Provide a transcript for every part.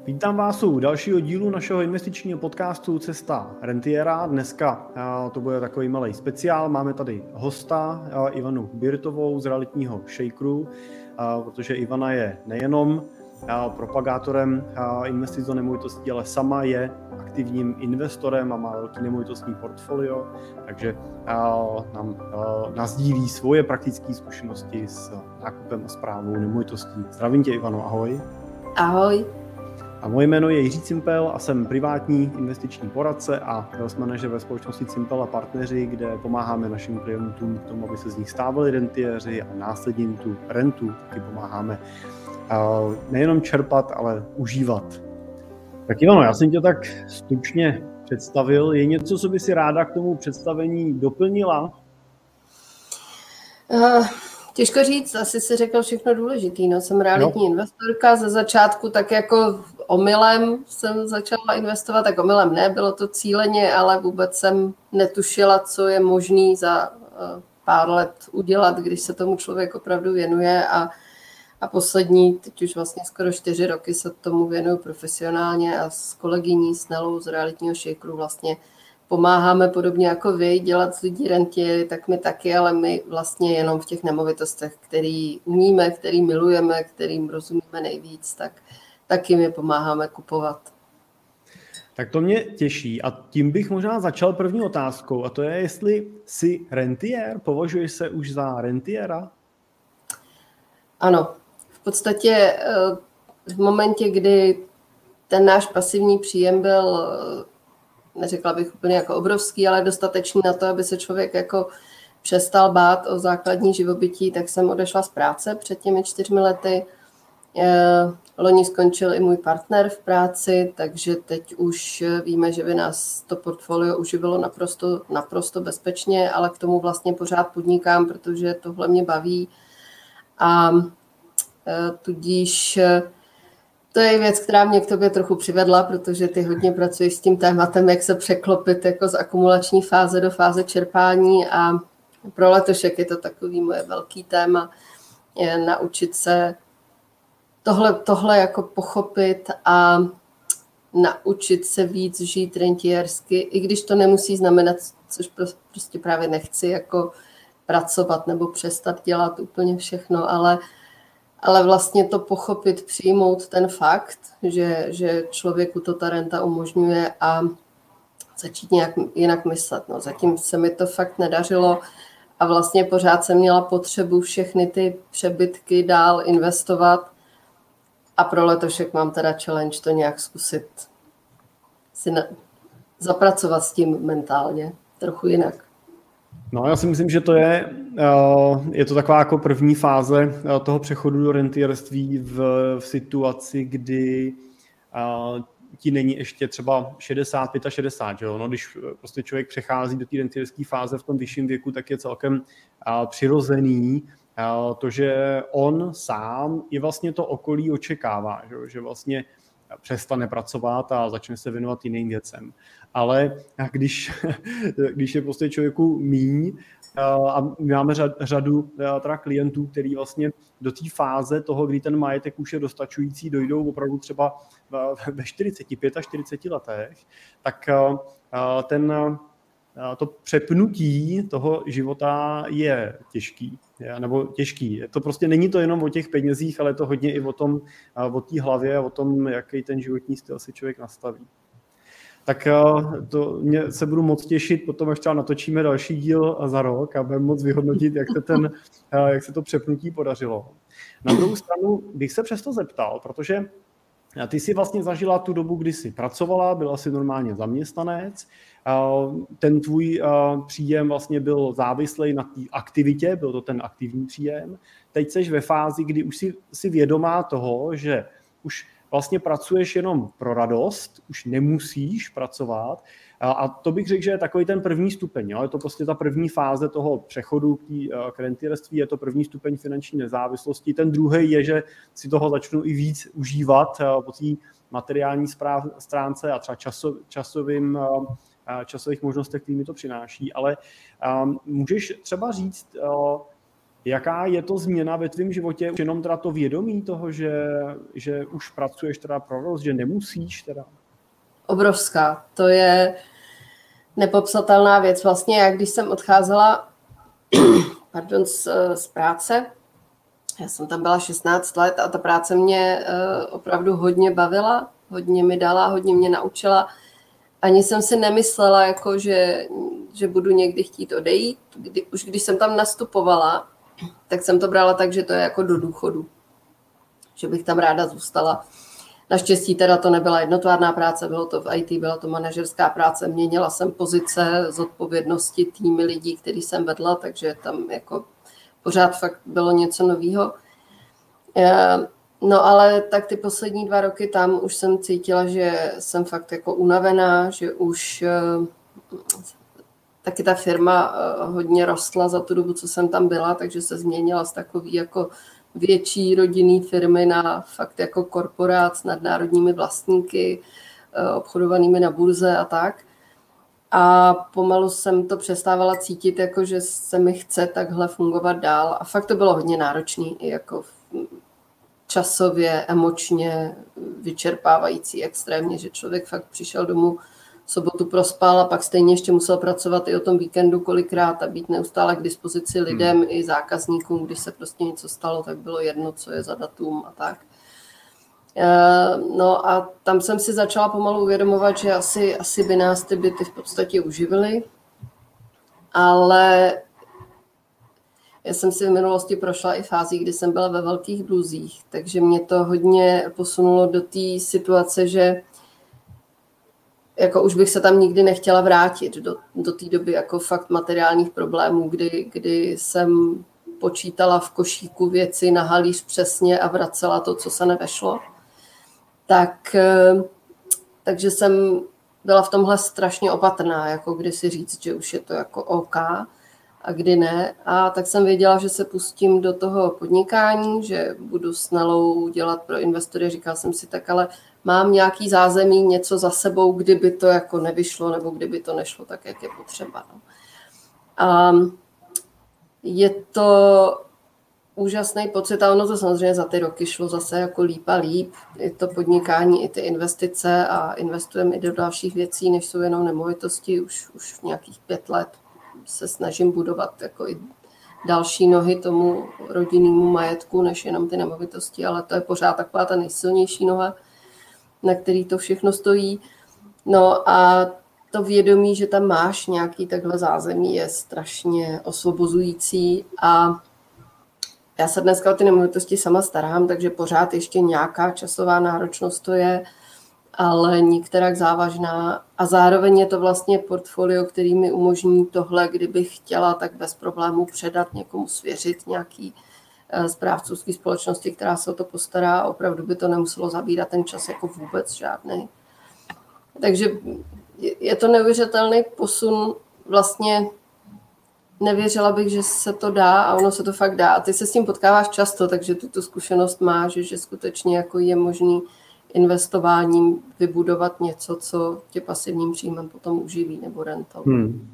Vítám vás u dalšího dílu našeho investičního podcastu Cesta rentiera. Dneska to bude takový malý speciál. Máme tady hosta Ivanu Birtovou z realitního Shakeru, protože Ivana je nejenom propagátorem investic do nemovitostí, ale sama je aktivním investorem a má velký nemovitostní portfolio, takže nám nasdílí svoje praktické zkušenosti s nákupem a správou nemovitostí. Zdravím tě, Ivano, ahoj. Ahoj. A moje jméno je Jiří Cimpel a jsem privátní investiční poradce a wealth manager ve společnosti Cimpel a partneři, kde pomáháme našim klientům k tomu, aby se z nich stávali rentiéři a následně jim tu rentu taky pomáháme nejenom čerpat, ale užívat. Tak Ivano, já jsem tě tak stručně představil. Je něco, co by si ráda k tomu představení doplnila? Těžko říct, asi si řekl všechno důležitý. No, jsem realitní investorka, ze začátku tak jako omylem jsem začala investovat, tak omylem ne, bylo to cíleně, ale vůbec jsem netušila, co je možný za pár let udělat, když se tomu člověk opravdu věnuje a poslední, teď už vlastně skoro 4 roky se tomu věnuju profesionálně a s kolegyní s Nelou z realitního Shakeru vlastně pomáháme podobně jako vy dělat z lidí rentiéry, tak my taky, ale my vlastně jenom v těch nemovitostech, který umíme, který milujeme, kterým rozumíme nejvíc, tak taky my pomáháme kupovat. Tak to mě těší a tím bych možná začal první otázkou a to je, jestli jsi rentiér, považuješ se už za rentiéra? Ano, v podstatě v momentě, kdy ten náš pasivní příjem byl, neřekla bych úplně jako obrovský, ale dostatečný na to, aby se člověk jako přestal bát o základní živobytí, tak jsem odešla z práce před těmi 4 lety. Loni skončil i můj partner v práci, takže teď už víme, že by nás to portfolio uživilo naprosto bezpečně, ale k tomu vlastně pořád podnikám, protože tohle mě baví a tudíž to je věc, která mě k tobě trochu přivedla, protože ty hodně pracuješ s tím tématem, jak se překlopit jako z akumulační fáze do fáze čerpání a pro letošek je to takový moje velký téma, je naučit se tohle jako pochopit a naučit se víc žít rentiérsky, i když to nemusí znamenat, což prostě právě nechci, jako pracovat nebo přestat dělat úplně všechno, ale vlastně to pochopit, přijmout ten fakt, že člověku to ta renta umožňuje a začít nějak jinak myslet. No, zatím se mi to fakt nedařilo a vlastně pořád jsem měla potřebu všechny ty přebytky dál investovat a pro letošek mám teda challenge to nějak zkusit zapracovat s tím mentálně trochu jinak. No, já si myslím, že to je to taková jako první fáze toho přechodu do rentiérství v situaci, kdy ti není ještě třeba 60, 65, že jo? No, když prostě člověk přechází do té rentiérské fáze v tom vyšším věku, tak je celkem přirozený to, že on sám i vlastně to okolí očekává, že vlastně přestane pracovat a začne se věnovat jiným věcem. Ale když je prostě člověku míň a my máme řadu teda klientů, který vlastně do té fáze toho, kdy ten majetek už je dostačující, dojdou opravdu třeba ve 45 a 40 letech, tak to přepnutí toho života je těžký. To prostě není to jenom o těch penězích, ale je to hodně i o té hlavě, o tom, jaký ten životní styl si člověk nastaví. Tak to mě se budu moc těšit, potom až třeba natočíme další díl za rok a budeme moc vyhodnotit, jak se to přepnutí podařilo. Na druhou stranu bych se přesto zeptal, protože ty jsi vlastně zažila tu dobu, kdy jsi pracovala, byla jsi normálně zaměstnanec, ten tvůj příjem vlastně byl závislý na té aktivitě, byl to ten aktivní příjem. Teď jsi ve fázi, kdy už jsi vědomá toho, že už vlastně pracuješ jenom pro radost, už nemusíš pracovat a to bych řekl, že je takový ten první stupeň. Jo? Je to prostě ta první fáze toho přechodu k rentierství, je to první stupeň finanční nezávislosti. Ten druhý je, že si toho začnu i víc užívat po té materiální stránce a třeba časových možnostech, který mi to přináší, ale můžeš třeba říct, Jaká je to změna ve tvém životě? Jenom teda to vědomí toho, že už pracuješ teda pro rost, že nemusíš teda? Obrovská. To je nepopsatelná věc. Vlastně jak když jsem odcházela z práce, já jsem tam byla 16 let a ta práce mě opravdu hodně bavila, hodně mi dala, hodně mě naučila. Ani jsem si nemyslela, jako, že budu někdy chtít odejít. Už když jsem tam nastupovala, tak jsem to brala tak, že to je jako do důchodu. Že bych tam ráda zůstala. Naštěstí teda to nebyla jednotvárná práce, bylo to v IT, byla to manažerská práce. Měnila jsem pozice, zodpovědnosti, týmy lidí, který jsem vedla, takže tam jako pořád fakt bylo něco nového. No ale tak ty poslední 2 roky tam už jsem cítila, že jsem fakt jako unavená, že už taky ta firma hodně rostla za tu dobu, co jsem tam byla, takže se změnila z takový jako větší rodinný firmy na fakt jako korporát s nadnárodními vlastníky, obchodovanými na burze a tak. A pomalu jsem to přestávala cítit, jako že se mi chce takhle fungovat dál. A fakt to bylo hodně náročné, i jako časově, emočně vyčerpávající extrémně, že člověk fakt přišel domů, sobotu prospal a pak stejně ještě musel pracovat i o tom víkendu kolikrát a být neustále k dispozici lidem i zákazníkům, když se prostě něco stalo, tak bylo jedno, co je za datum a tak. No a tam jsem si začala pomalu uvědomovat, že asi by nás ty byty v podstatě uživily, ale já jsem si v minulosti prošla i fází, kdy jsem byla ve velkých dluzích, takže mě to hodně posunulo do té situace, že jako už bych se tam nikdy nechtěla vrátit do té doby jako fakt materiálních problémů, kdy jsem počítala v košíku věci na halíř přesně a vracela to, co se nevešlo. Takže jsem byla v tomhle strašně opatrná, jako kdy si říct, že už je to jako OK a kdy ne. A tak jsem věděla, že se pustím do toho podnikání, že budu s Nelou dělat pro investory. Říkala jsem si tak, ale mám nějaký zázemí, něco za sebou, kdyby to jako nevyšlo, nebo kdyby to nešlo tak, jak je potřeba. No. A je to úžasný pocit a ono to samozřejmě za ty roky šlo zase jako líp a líp. I to podnikání, i ty investice a investujeme i do dalších věcí, než jsou jenom nemovitosti. Už nějakých 5 let se snažím budovat jako i další nohy tomu rodinnému majetku, než jenom ty nemovitosti, ale to je pořád taková ta nejsilnější noha, na který to všechno stojí. No a to vědomí, že tam máš nějaký takhle zázemí, je strašně osvobozující a já se dneska o ty nemovitosti sama starám, takže pořád ještě nějaká časová náročnost to je, ale nikterak závažná. A zároveň je to vlastně portfolio, který mi umožní tohle, kdybych chtěla, tak bez problémů předat někomu, svěřit nějaký správcovské společnosti, která se o to postará. Opravdu by to nemuselo zabírat ten čas jako vůbec žádný. Takže je to neuvěřitelný posun. Vlastně nevěřila bych, že se to dá a ono se to fakt dá. A ty se s tím potkáváš často, takže tu zkušenost máš, že skutečně jako je možný investováním vybudovat něco, co tě pasivním příjmem potom uživí nebo rentou.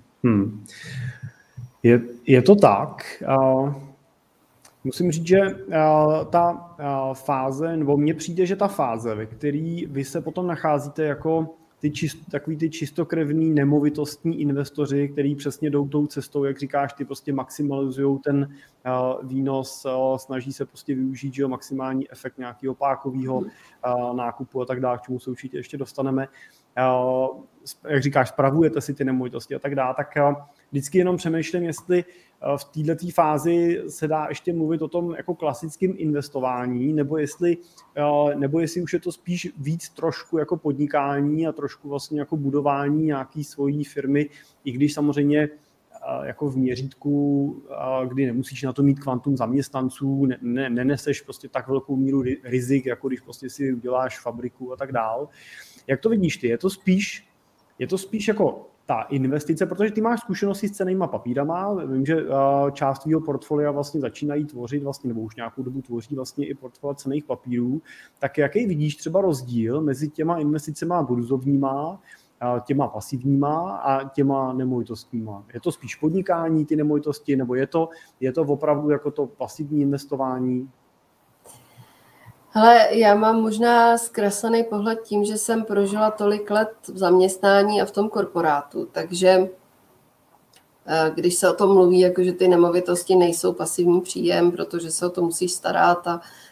Je to tak. Musím říct, že ta fáze, nebo mně přijde, že ta fáze, ve které vy se potom nacházíte jako takový ty čistokrevní nemovitostní investoři, který přesně jdou tou cestou, jak říkáš, ty prostě maximalizují ten výnos, snaží se prostě využít, že maximální efekt nějakého pákového nákupu a tak dále, k čemu se určitě ještě dostaneme. Jak říkáš, spravujete si ty nemovitosti a tak dále, tak vždycky jenom přemýšlím, jestli v této fázi se dá ještě mluvit o tom jako klasickém investování, nebo jestli už je to spíš víc trošku jako podnikání a trošku vlastně jako budování nějaký svojí firmy, i když samozřejmě jako v měřítku, kdy nemusíš na to mít kvantum zaměstnanců, neneseš prostě tak velkou míru rizik, jako když prostě si uděláš fabriku a tak dál. Jak to vidíš ty? Je to spíš jako ta investice, protože ty máš zkušenosti s cennýma papírama, vím, že část tvýho portfolia vlastně začínají tvořit vlastně, nebo už nějakou dobu tvoří vlastně i portfolio cenných papírů, tak jaký vidíš třeba rozdíl mezi těma investicema burzovníma těma pasivníma a těma nemovitostníma? Je to spíš podnikání, ty nemovitosti, nebo je to opravdu jako to pasivní investování? Hele, já mám možná zkreslený pohled tím, že jsem prožila tolik let v zaměstnání a v tom korporátu, takže když se o tom mluví, jako že ty nemovitosti nejsou pasivní příjem, protože se o to musíš starat,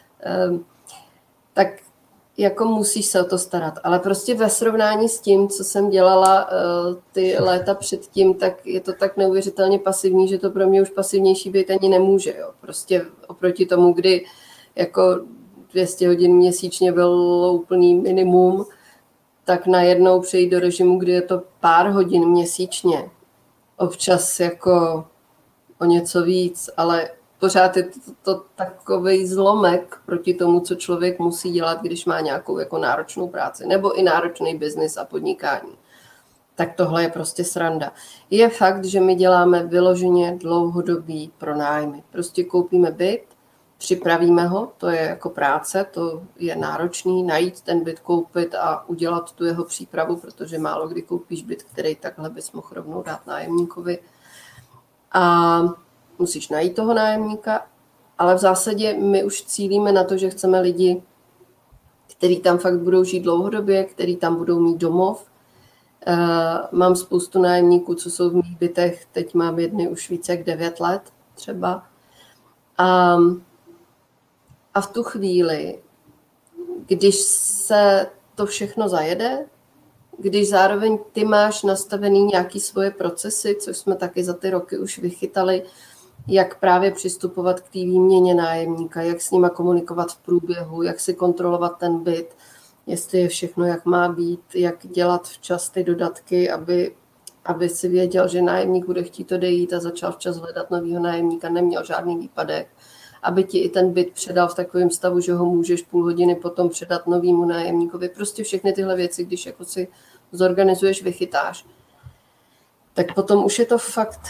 tak jako musíš se o to starat. Ale prostě ve srovnání s tím, co jsem dělala ty léta předtím, tak je to tak neuvěřitelně pasivní, že to pro mě už pasivnější být ani nemůže. Jo. Prostě oproti tomu, kdy jako 200 hodin měsíčně bylo úplný minimum, tak najednou přejít do režimu, kdy je to pár hodin měsíčně. Občas jako o něco víc, ale pořád je to takovej zlomek proti tomu, co člověk musí dělat, když má nějakou jako náročnou práci nebo i náročný biznis a podnikání. Tak tohle je prostě sranda. Je fakt, že my děláme vyloženě dlouhodobý pronájmy. Prostě koupíme byt, připravíme ho, to je jako práce, to je náročný najít ten byt, koupit a udělat tu jeho přípravu, protože málo kdy koupíš byt, který takhle bys mohl rovnou dát nájemníkovi. A musíš najít toho nájemníka, ale v zásadě my už cílíme na to, že chceme lidi, kteří tam fakt budou žít dlouhodobě, kteří tam budou mít domov. Mám spoustu nájemníků, co jsou v mých bytech, teď mám jedny už více jak 9 let třeba. A v tu chvíli, když se to všechno zajede, když zároveň ty máš nastavený nějaký svoje procesy, což jsme taky za ty roky už vychytali, jak právě přistupovat k té výměně nájemníka, jak s nima komunikovat v průběhu, jak si kontrolovat ten byt, jestli je všechno, jak má být, jak dělat včas ty dodatky, aby si věděl, že nájemník bude chtít odejít a začal včas hledat novýho nájemníka, neměl žádný výpadek, aby ti i ten byt předal v takovém stavu, že ho můžeš půl hodiny potom předat novému nájemníkovi. Prostě všechny tyhle věci, když jako si zorganizuješ, vychytáš, tak potom už je to fakt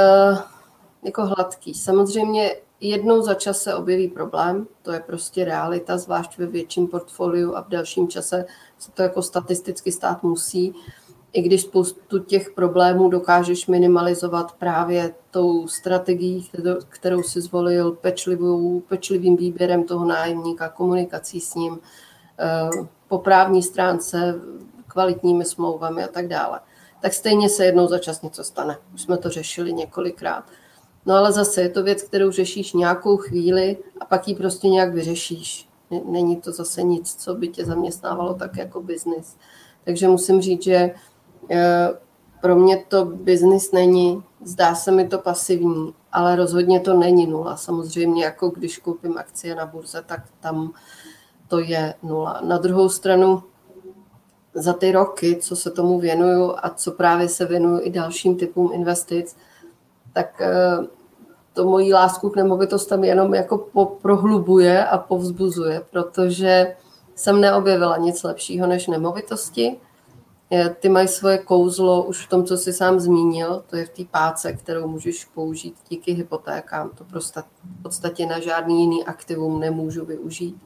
jako hladký. Samozřejmě jednou za čas se objeví problém, to je prostě realita, zvlášť ve větším portfoliu a v delším čase se to jako statisticky stát musí, i když spoustu těch problémů dokážeš minimalizovat právě tou strategií, kterou si zvolil, pečlivým výběrem toho nájemníka, komunikací s ním, po právní stránce, kvalitními smlouvami a tak dále. Tak stejně se jednou za čas něco stane. Už jsme to řešili několikrát. No ale zase je to věc, kterou řešíš nějakou chvíli a pak ji prostě nějak vyřešíš. Není to zase nic, co by tě zaměstnávalo tak jako biznis. Takže musím říct, že pro mě to biznis není, zdá se mi to pasivní, ale rozhodně to není nula. Samozřejmě jako když koupím akcie na burze, tak tam to je nula. Na druhou stranu za ty roky, co se tomu věnuju a co právě se věnuju i dalším typům investic, tak to mojí lásku k nemovitostem jenom jako prohlubuje a povzbuzuje, protože jsem neobjevila nic lepšího než nemovitosti. Ty mají svoje kouzlo už v tom, co jsi sám zmínil, to je v té páce, kterou můžeš použít díky hypotékám. To prostě v podstatě na žádný jiný aktivum nemůžu využít.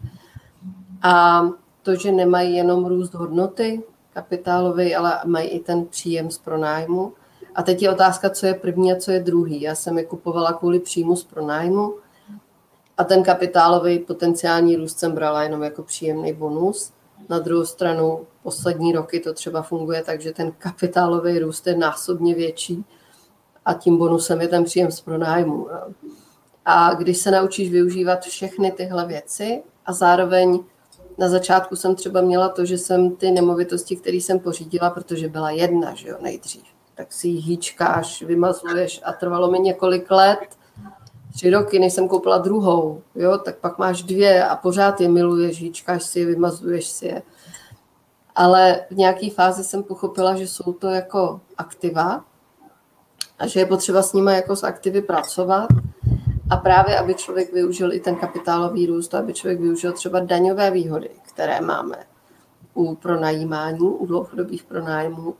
A to, že nemají jenom růst hodnoty kapitálové, ale mají i ten příjem z pronájmu. A teď je otázka, co je první a co je druhý. Já jsem je kupovala kvůli příjmu z pronájmu a ten kapitálový potenciální růst jsem brala jenom jako příjemný bonus. Na druhou stranu poslední roky to třeba funguje tak, že ten kapitálový růst je násobně větší a tím bonusem je ten příjem z pronájmu. A když se naučíš využívat všechny tyhle věci a zároveň na začátku jsem třeba měla to, že jsem ty nemovitosti, které jsem pořídila, protože byla jedna, že jo, nejdřív, tak si ji hýčkáš, vymazuješ a trvalo mi několik let, 3 roky, než jsem koupila druhou, jo, tak pak máš 2 a pořád je miluješ, hýčkáš si je, vymazuješ si je. Ale v nějaké fázi jsem pochopila, že jsou to jako aktiva a že je potřeba s nimi jako s aktivy pracovat a právě, aby člověk využil i ten kapitálový růst, aby člověk využil třeba daňové výhody, které máme u pronajímání, u dlouhodobých pronájmů,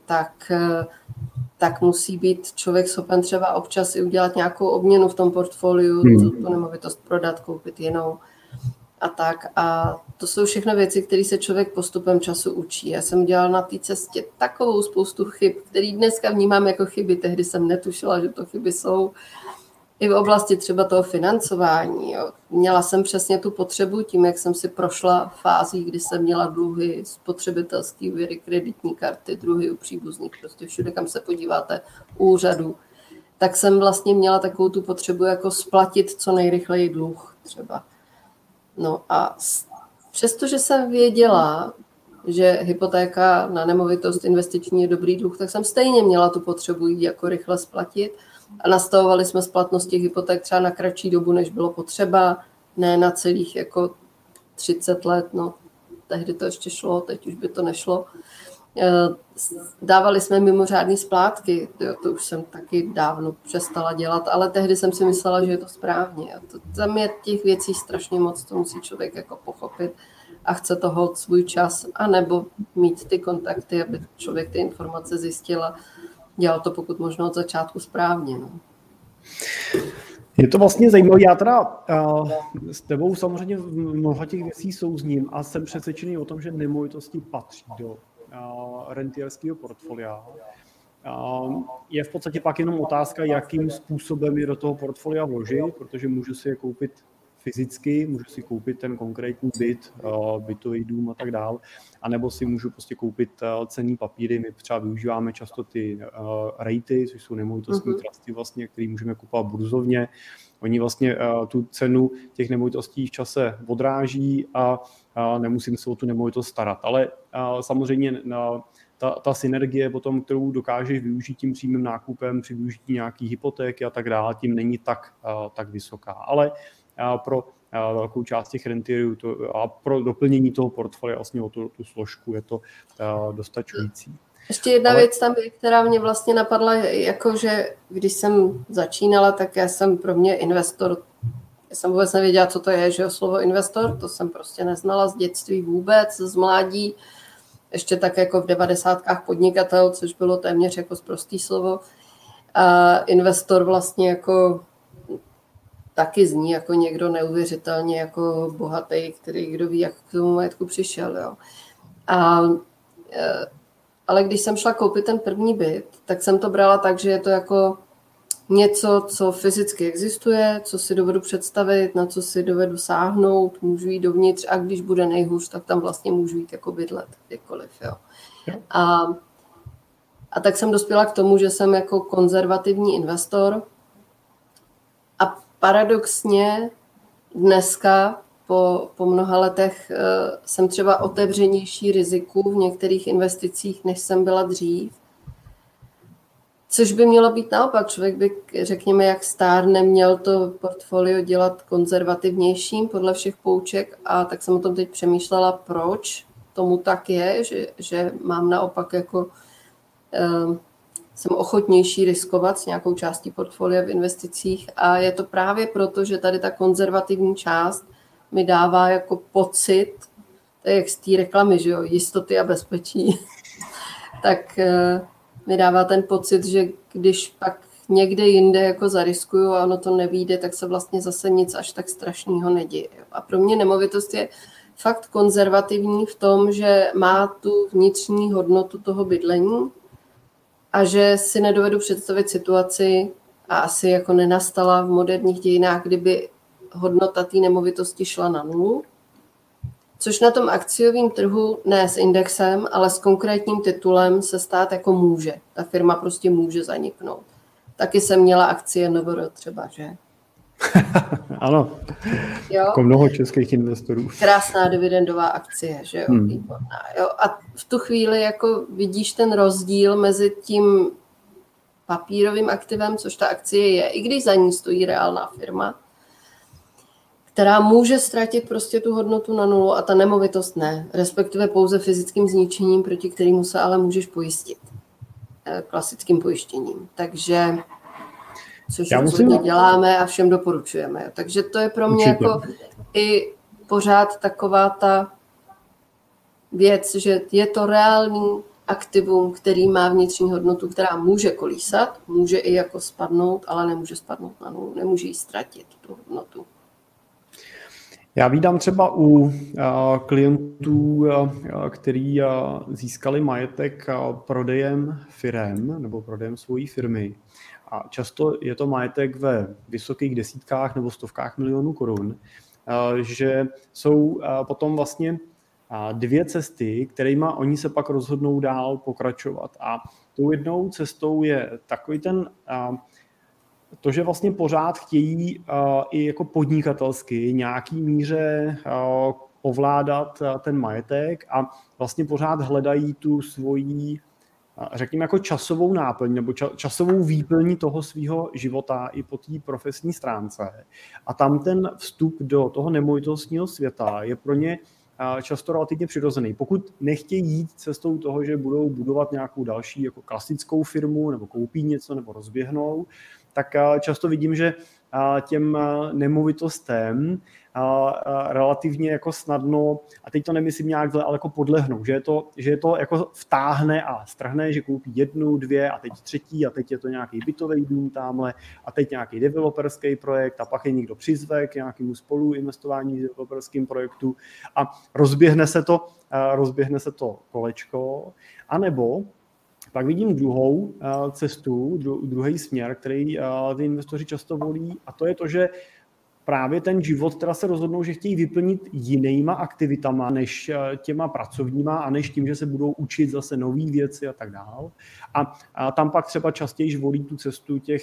tak musí být člověk schopen třeba občas i udělat nějakou obměnu v tom portfoliu, tu nemovitost prodat, koupit jinou. a tak. A to jsou všechno věci, které se člověk postupem času učí. Já jsem dělala na té cestě takovou spoustu chyb, který dneska vnímám jako chyby. Tehdy jsem netušila, že to chyby jsou. I v oblasti třeba toho financování. Jo. Měla jsem přesně tu potřebu tím, jak jsem si prošla fází, kdy jsem měla dluhy, spotřebitelský úvěry, kreditní karty, dluhy u příbuzných, prostě všude, kam se podíváte, úřadu. Tak jsem vlastně měla takovou tu potřebu jako splatit co nejrychleji dluh třeba. No a přestože jsem věděla, že hypotéka na nemovitost investiční je dobrý dluh, tak jsem stejně měla tu potřebu jít jako rychle splatit. A nastavovali jsme splatnost těch hypoték třeba na kratší dobu, než bylo potřeba, ne na celých jako 30 let, no tehdy to ještě šlo, teď už by to nešlo. Dávali jsme mimořádné splátky, to už jsem taky dávno přestala dělat, ale tehdy jsem si myslela, že je to správně. A tam je těch věcí strašně moc, to musí člověk jako pochopit a chce toho svůj čas, anebo mít ty kontakty, aby člověk ty informace zjistil a dělal to pokud možno od začátku správně. No. Je to vlastně zajímavé. Já teda s tebou samozřejmě v mnoha těch věcí souzním a jsem přesvědčený o tom, že nemovitosti patří do rentierského portfolia. Je v podstatě pak jenom otázka, jakým způsobem je do toho portfolia vložit, protože můžu si je koupit fyzicky, můžu si koupit ten konkrétní byt, bytový dům a tak dále, anebo si můžu prostě koupit cenný papíry. My třeba využíváme často ty rejty, což jsou nemovitostní trusty, vlastně, které můžeme kupovat burzovně. Oni vlastně tu cenu těch nemovitostí v čase odráží a nemusím se o tu nemovitost starat. Ale samozřejmě ta synergie potom, kterou dokážeš využít tím přímým nákupem při využití nějaký hypotéky a tak dále, tím není tak vysoká. Ale pro velkou část těch rentierů a pro doplnění toho portfolia vlastně o tu složku je to dostačující. Ještě jedna věc tam, která mě vlastně napadla, jakože když jsem začínala, tak já jsem pro mě investor, já jsem vůbec nevěděla, co to je, že slovo investor, to jsem prostě neznala z dětství vůbec, z mládí, ještě tak jako v 90kách podnikatel, což bylo téměř jako sprostý slovo. A investor vlastně jako taky zní jako někdo neuvěřitelně jako bohatý, který kdo ví, jak k tomu majetku přišel. Jo. Ale když jsem šla koupit ten první byt, tak jsem to brala tak, že je to jako něco, co fyzicky existuje, co si dovedu představit, na co si dovedu sáhnout, můžu jít dovnitř a když bude nejhůř, tak tam vlastně můžu jít jako bydlet kdykoliv. Jo. A tak jsem dospěla k tomu, že jsem jako konzervativní investor a paradoxně dneska po mnoha letech jsem třeba otevřenější riziku v některých investicích, než jsem byla dřív. Což by mělo být naopak. Člověk by, řekněme, jak stárne, měl to portfolio dělat konzervativnějším podle všech pouček a tak jsem o tom teď přemýšlela, proč tomu tak je, že mám naopak jako jsem ochotnější riskovat s nějakou částí portfolia v investicích a je to právě proto, že tady ta konzervativní část mi dává jako pocit, to je jak z té reklamy, že jo, jistoty a bezpečí, tak mi dává ten pocit, že když pak někde jinde jako zariskuju a ono to nevyjde, tak se vlastně zase nic až tak strašného neděje. A pro mě nemovitost je fakt konzervativní v tom, že má tu vnitřní hodnotu toho bydlení a že si nedovedu představit situaci a asi jako nenastala v moderních dějinách, kdyby hodnota té nemovitosti šla na nulu, což na tom akciovém trhu ne s indexem, ale s konkrétním titulem se stát jako může. Ta firma prostě může zaniknout. Taky jsem měla akcie Novoro třeba, že? Ano, jo? Jako mnoho českých investorů. Krásná dividendová akcie, že jo? Výborná, jo? A v tu chvíli jako vidíš ten rozdíl mezi tím papírovým aktivem, což ta akcie je, i když za ní stojí reálná firma, která může ztratit prostě tu hodnotu na nulu a ta nemovitost ne, respektive pouze fyzickým zničením, proti kterému se ale můžeš pojistit. Klasickým pojištěním. Takže, což rozhodně děláme a všem doporučujeme. Takže to je pro mě jako i pořád taková ta věc, že je to reálný aktivum, který má vnitřní hodnotu, která může kolísat, může i jako spadnout, ale nemůže spadnout na nulu, nemůže ji ztratit, tu hodnotu. Já vídám třeba u klientů, který získali majetek prodejem firem nebo prodejem svojí firmy. A často je to majetek ve vysokých desítkách nebo stovkách milionů korun, že jsou potom vlastně dvě cesty, kterými oni se pak rozhodnou dál pokračovat. A tou jednou cestou je takový ten to, že vlastně pořád chtějí i jako podnikatelsky nějaký míře ovládat ten majetek a vlastně pořád hledají tu svoji, řekněme, jako časovou náplň nebo časovou výplň toho svého života i po té profesní stránce. A tam ten vstup do toho nemovitostního světa je pro ně často relativně přirozený. Pokud nechtějí jít cestou toho, že budou budovat nějakou další jako klasickou firmu nebo koupí něco nebo rozběhnou, tak často vidím, že těm nemovitostem relativně jako snadno, a teď to nemyslím nějak zle, ale jako podlehnou, že je to jako vtáhne a strhne, že koupí jednu, dvě a teď třetí a teď je to nějaký bytový dům tamhle a teď nějaký developerský projekt a pak je někdo přizve k nějakému spoluinvestování v developerském projektu a rozběhne se to kolečko, anebo pak vidím druhou cestu, druhý směr, který ty investoři často volí, a to je to, že právě ten život teda se rozhodnou, že chtějí vyplnit jinýma aktivitama než těma pracovníma a než tím, že se budou učit zase nové věci a tak dál. A tam pak třeba častěji volí tu cestu těch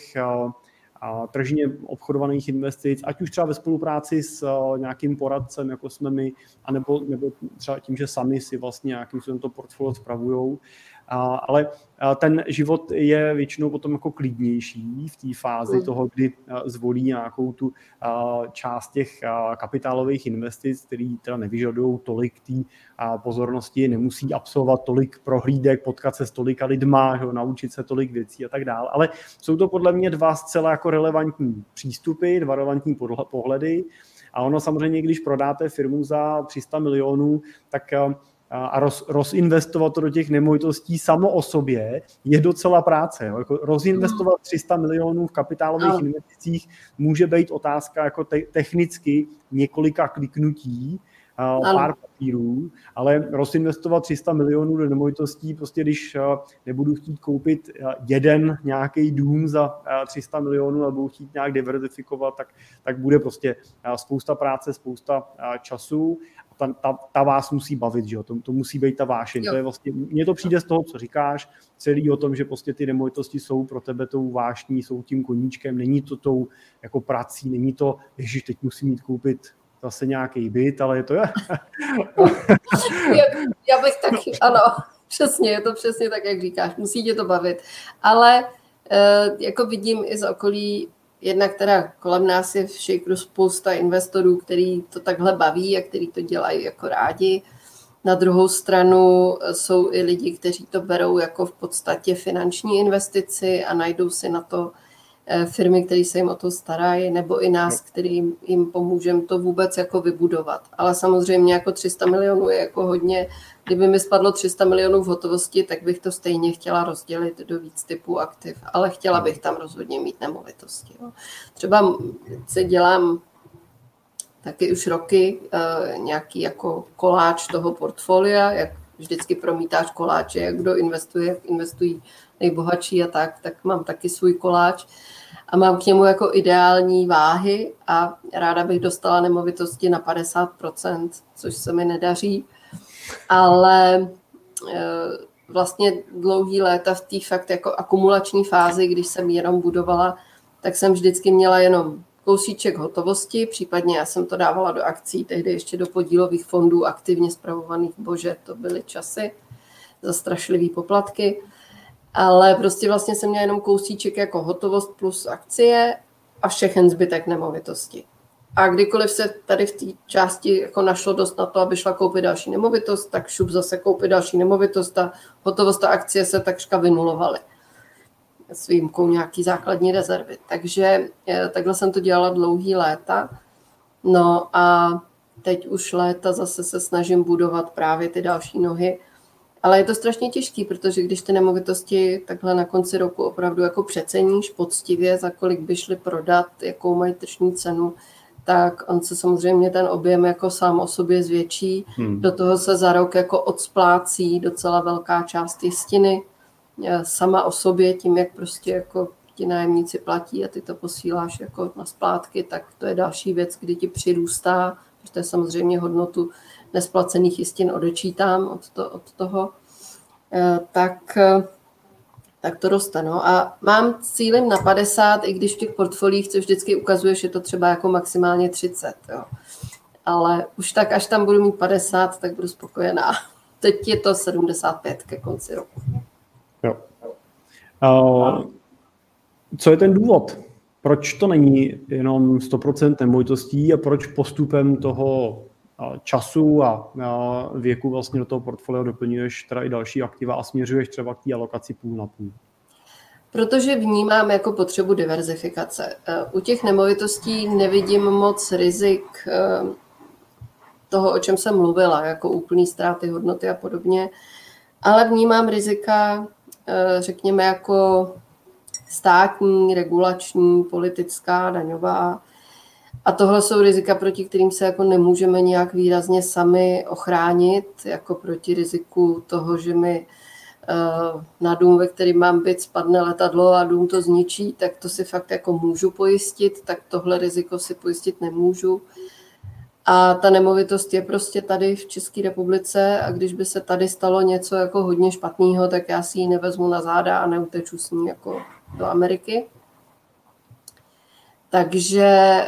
tržně obchodovaných investic, ať už třeba ve spolupráci s nějakým poradcem, jako jsme my, anebo třeba tím, že sami si vlastně nějakým způsobem to portfolio spravujou. Ale ten život je většinou potom jako klidnější v té fázi toho, kdy zvolí nějakou tu část těch kapitálových investic, které teda nevyžadují tolik té pozornosti, nemusí absolvovat tolik prohlídek, potkat se s tolika lidma, naučit se tolik věcí a tak dále. Ale jsou to podle mě dva zcela jako relevantní přístupy, dva relevantní pohledy. A ono samozřejmě, když prodáte firmu za 300 milionů, tak a rozinvestovat to do těch nemovitostí samo o sobě je docela práce. Jo. Jako rozinvestovat 300 milionů v kapitálových investicích může být otázka jako technicky několika kliknutí, pár papírů, ale rozinvestovat 300 milionů do nemovitostí, prostě když nebudu chtít koupit jeden nějaký dům za 300 milionů a budu chtít nějak diverzifikovat, tak bude prostě spousta práce, spousta času. Ta vás musí bavit, že jo? To musí být ta vášeň. To je vlastně, mně to přijde z toho, co říkáš, celý o tom, že prostě ty nemovitosti jsou pro tebe tou vášní, jsou tím koníčkem, není to tou jako prací, není to, ježiš, teď musím jít koupit zase nějaký byt, ale je to Já bych taky, ano, přesně, je to přesně tak, jak říkáš, musí tě to bavit. Ale jako vidím i z okolí, jednak teda kolem nás je v Shakeru spousta investorů, který to takhle baví a který to dělají jako rádi. Na druhou stranu jsou i lidi, kteří to berou jako v podstatě finanční investici a najdou si na to firmy, které se jim o to starají, nebo i nás, který jim pomůžeme to vůbec jako vybudovat. Ale samozřejmě jako 300 milionů je jako hodně. Kdyby mi spadlo 300 milionů v hotovosti, tak bych to stejně chtěla rozdělit do víc typů aktiv, ale chtěla bych tam rozhodně mít nemovitosti. Jo. Třeba se dělám taky už roky nějaký jako koláč toho portfolia, jak vždycky promítáš koláče, jak kdo investuje, jak investují nejbohatší a tak mám taky svůj koláč a mám k němu jako ideální váhy a ráda bych dostala nemovitosti na 50%, což se mi nedaří, ale vlastně dlouhý léta v té fakt jako akumulační fázi, když jsem jenom budovala, tak jsem vždycky měla jenom kousíček hotovosti, případně já jsem to dávala do akcí, tehdy ještě do podílových fondů aktivně spravovaných, bože, to byly časy za strašlivý poplatky, ale prostě vlastně jsem měla jenom kousíček jako hotovost plus akcie a všechen zbytek nemovitosti. A kdykoliv se tady v té části jako našlo dost na to, aby šla koupit další nemovitost, tak šup zase koupit další nemovitost a hotovost a akcie se takřka vynulovaly s výjimkou nějaký základní rezervy. Takže takhle jsem to dělala dlouhý léta. No a teď už léta zase se snažím budovat právě ty další nohy. Ale je to strašně těžký, protože když ty nemovitosti takhle na konci roku opravdu jako přeceníš poctivě, za kolik by šly prodat, jakou mají tržní cenu, tak on se samozřejmě ten objem jako sám o sobě zvětší. Do toho se za rok jako odsplácí docela velká část jistiny sama o sobě, tím, jak prostě jako ti nájemníci platí a ty to posíláš jako na splátky, tak to je další věc, kdy ti přirůstá, protože samozřejmě hodnotu nesplacených jistin odečítám od toho, tak to roste. No. A mám cílem na 50, i když v těch portfoliích, co vždycky ukazuješ, je to třeba jako maximálně 30. Jo. Ale už tak, až tam budu mít 50, tak budu spokojená. Teď je to 75 ke konci roku. Jo. Co je ten důvod? Proč to není jenom 100% nemovitostí a proč postupem toho času a věku vlastně do toho portfolia doplňuješ teda i další aktiva a směřuješ třeba k té alokaci půl na půl? Protože vnímám jako potřebu diverzifikace. U těch nemovitostí nevidím moc rizik toho, o čem jsem mluvila, jako úplný ztráty hodnoty a podobně, ale vnímám rizika, řekněme, jako státní, regulační, politická, daňová. A tohle jsou rizika, proti kterým se jako nemůžeme nějak výrazně sami ochránit, jako proti riziku toho, že mi na dům, ve kterým mám byt, spadne letadlo a dům to zničí, tak to si fakt jako můžu pojistit, tak tohle riziko si pojistit nemůžu. A ta nemovitost je prostě tady v České republice a když by se tady stalo něco jako hodně špatného, tak já si ji nevezmu na záda a neuteču s ní jako do Ameriky. Takže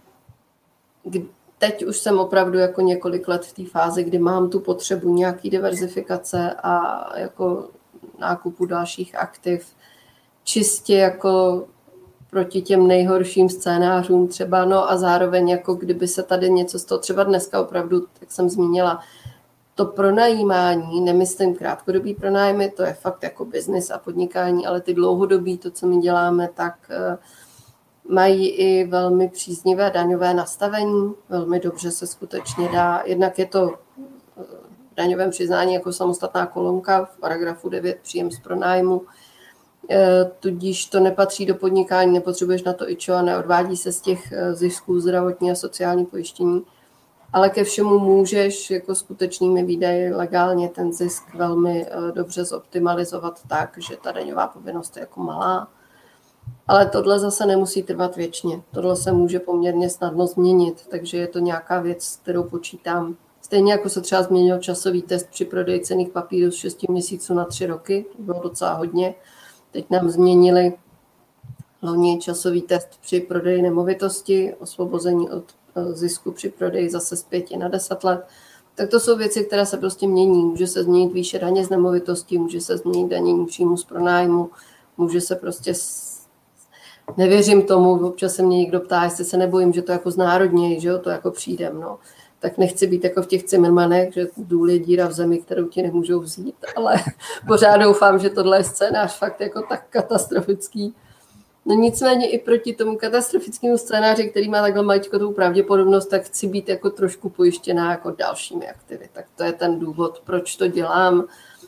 teď už jsem opravdu jako několik let v té fázi, kdy mám tu potřebu nějaký diverzifikace a jako nákupu dalších aktiv. Čistě jako proti těm nejhorším scénářům třeba, no a zároveň jako kdyby se tady něco z toho, třeba dneska opravdu, jak jsem zmínila, to pronajímání, nemyslím krátkodobý pronájmy, to je fakt jako biznis a podnikání, ale ty dlouhodobí, to, co my děláme, tak mají i velmi příznivé daňové nastavení, velmi dobře se skutečně dá, jednak je to v daňovém přiznání jako samostatná kolonka v paragrafu 9 příjem z pronájmu, tudíž to nepatří do podnikání, nepotřebuješ na to IČO a neodvádí se z těch zisků zdravotní a sociální pojištění, ale ke všemu můžeš jako skutečnými výdaji legálně ten zisk velmi dobře zoptimalizovat tak, že ta daňová povinnost je jako malá. Ale tohle zase nemusí trvat věčně. Tohle se může poměrně snadno změnit, takže je to nějaká věc, s kterou počítám. Stejně jako se třeba změnil časový test při prodeji cenných papírů z 6 měsíců na 3 roky, to bylo docela hodně. Teď nám změnili hlavně časový test při prodeji nemovitosti, osvobození od zisku při prodeji zase z 5 na 10 let. Tak to jsou věci, které se prostě mění. Může se změnit výše daně z nemovitosti, může se změnit danění příjmu z pronájmu, může se prostě nevěřím tomu, občas se mě někdo ptá, jestli se nebojím, že to jako znárodněji, že jo, to jako přijdem, no. Tak nechci být jako v těch Cimrmanech, že důl je díra v zemi, kterou ti nemůžou vzít, ale pořád doufám, že tohle je scénář fakt jako tak katastrofický. No nicméně i proti tomu katastrofickému scénáři, který má takhle maličkou pravděpodobnost, tak chci být jako trošku pojištěná jako dalšími aktivy. Tak to je ten důvod, proč to dělám.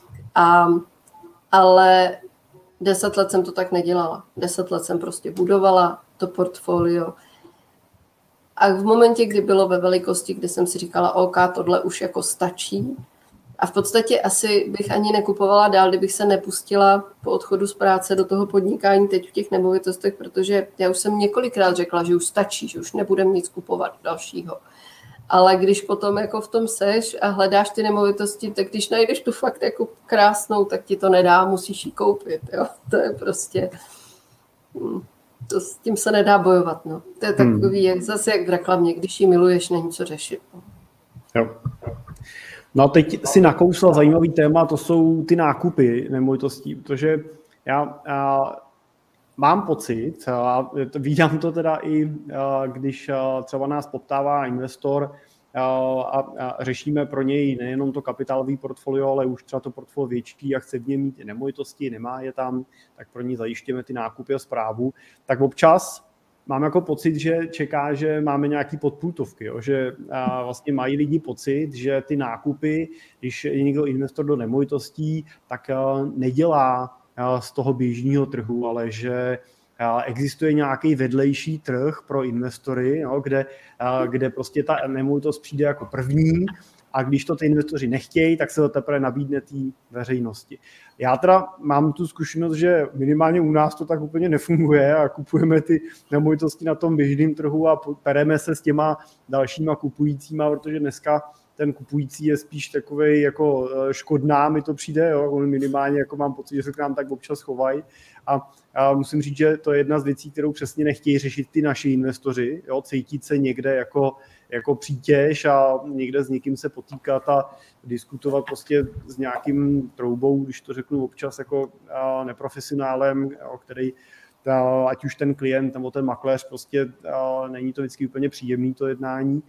Ale 10 let jsem to tak nedělala. 10 let jsem prostě budovala to portfolio. A v momentě, kdy bylo ve velikosti, kdy jsem si říkala, OK, tohle už jako stačí. A v podstatě asi bych ani nekupovala dál, kdybych se nepustila po odchodu z práce do toho podnikání teď v těch nemovitostech, protože já už jsem několikrát řekla, že už stačí, že už nebudem nic kupovat dalšího. Ale když potom jako v tom seš a hledáš ty nemovitosti, tak když najdeš tu fakt jako krásnou, tak ti to nedá, musíš ji koupit. Jo? To je prostě... To s tím se nedá bojovat. No. To je takový, zase jak v reklamě, když ji miluješ, není co řešit. No. Jo. No a teď si nakousla zajímavý téma, to jsou ty nákupy nemovitostí, protože já mám pocit, a vídám to teda i, když třeba nás poptává investor a řešíme pro něj nejenom to kapitálové portfolio, ale už třeba to portfolio větší a chce v něm mít nemovitosti, nemá je tam, tak pro ní zajišťujeme ty nákupy a správu, tak občas mám jako pocit, že čeká, že máme nějaký podpultovky, jo? Že vlastně mají lidi pocit, že ty nákupy, když je někdo investor do nemovitostí, tak nedělá z toho běžného trhu, ale že existuje nějaký vedlejší trh pro investory, jo, kde prostě ta nemovitost přijde jako první a když to ty investoři nechtějí, tak se to teprve nabídne té veřejnosti. Já teda mám tu zkušenost, že minimálně u nás to tak úplně nefunguje a kupujeme ty nemovitosti na tom běžném trhu a pereme se s těma dalšíma kupujícíma, protože dneska ten kupující je spíš takovej jako škodná, mi to přijde, jo? Minimálně jako mám pocit, že se k nám tak občas chovají a musím říct, že to je jedna z věcí, kterou přesně nechtějí řešit ty naši investoři, jo? Cítit se někde jako přítěž a někde s někým se potýkat a diskutovat prostě s nějakým troubou, když to řeknu občas jako neprofesionálem, který ať už ten klient nebo ten makléř, prostě není to vždycky úplně příjemný to jednání,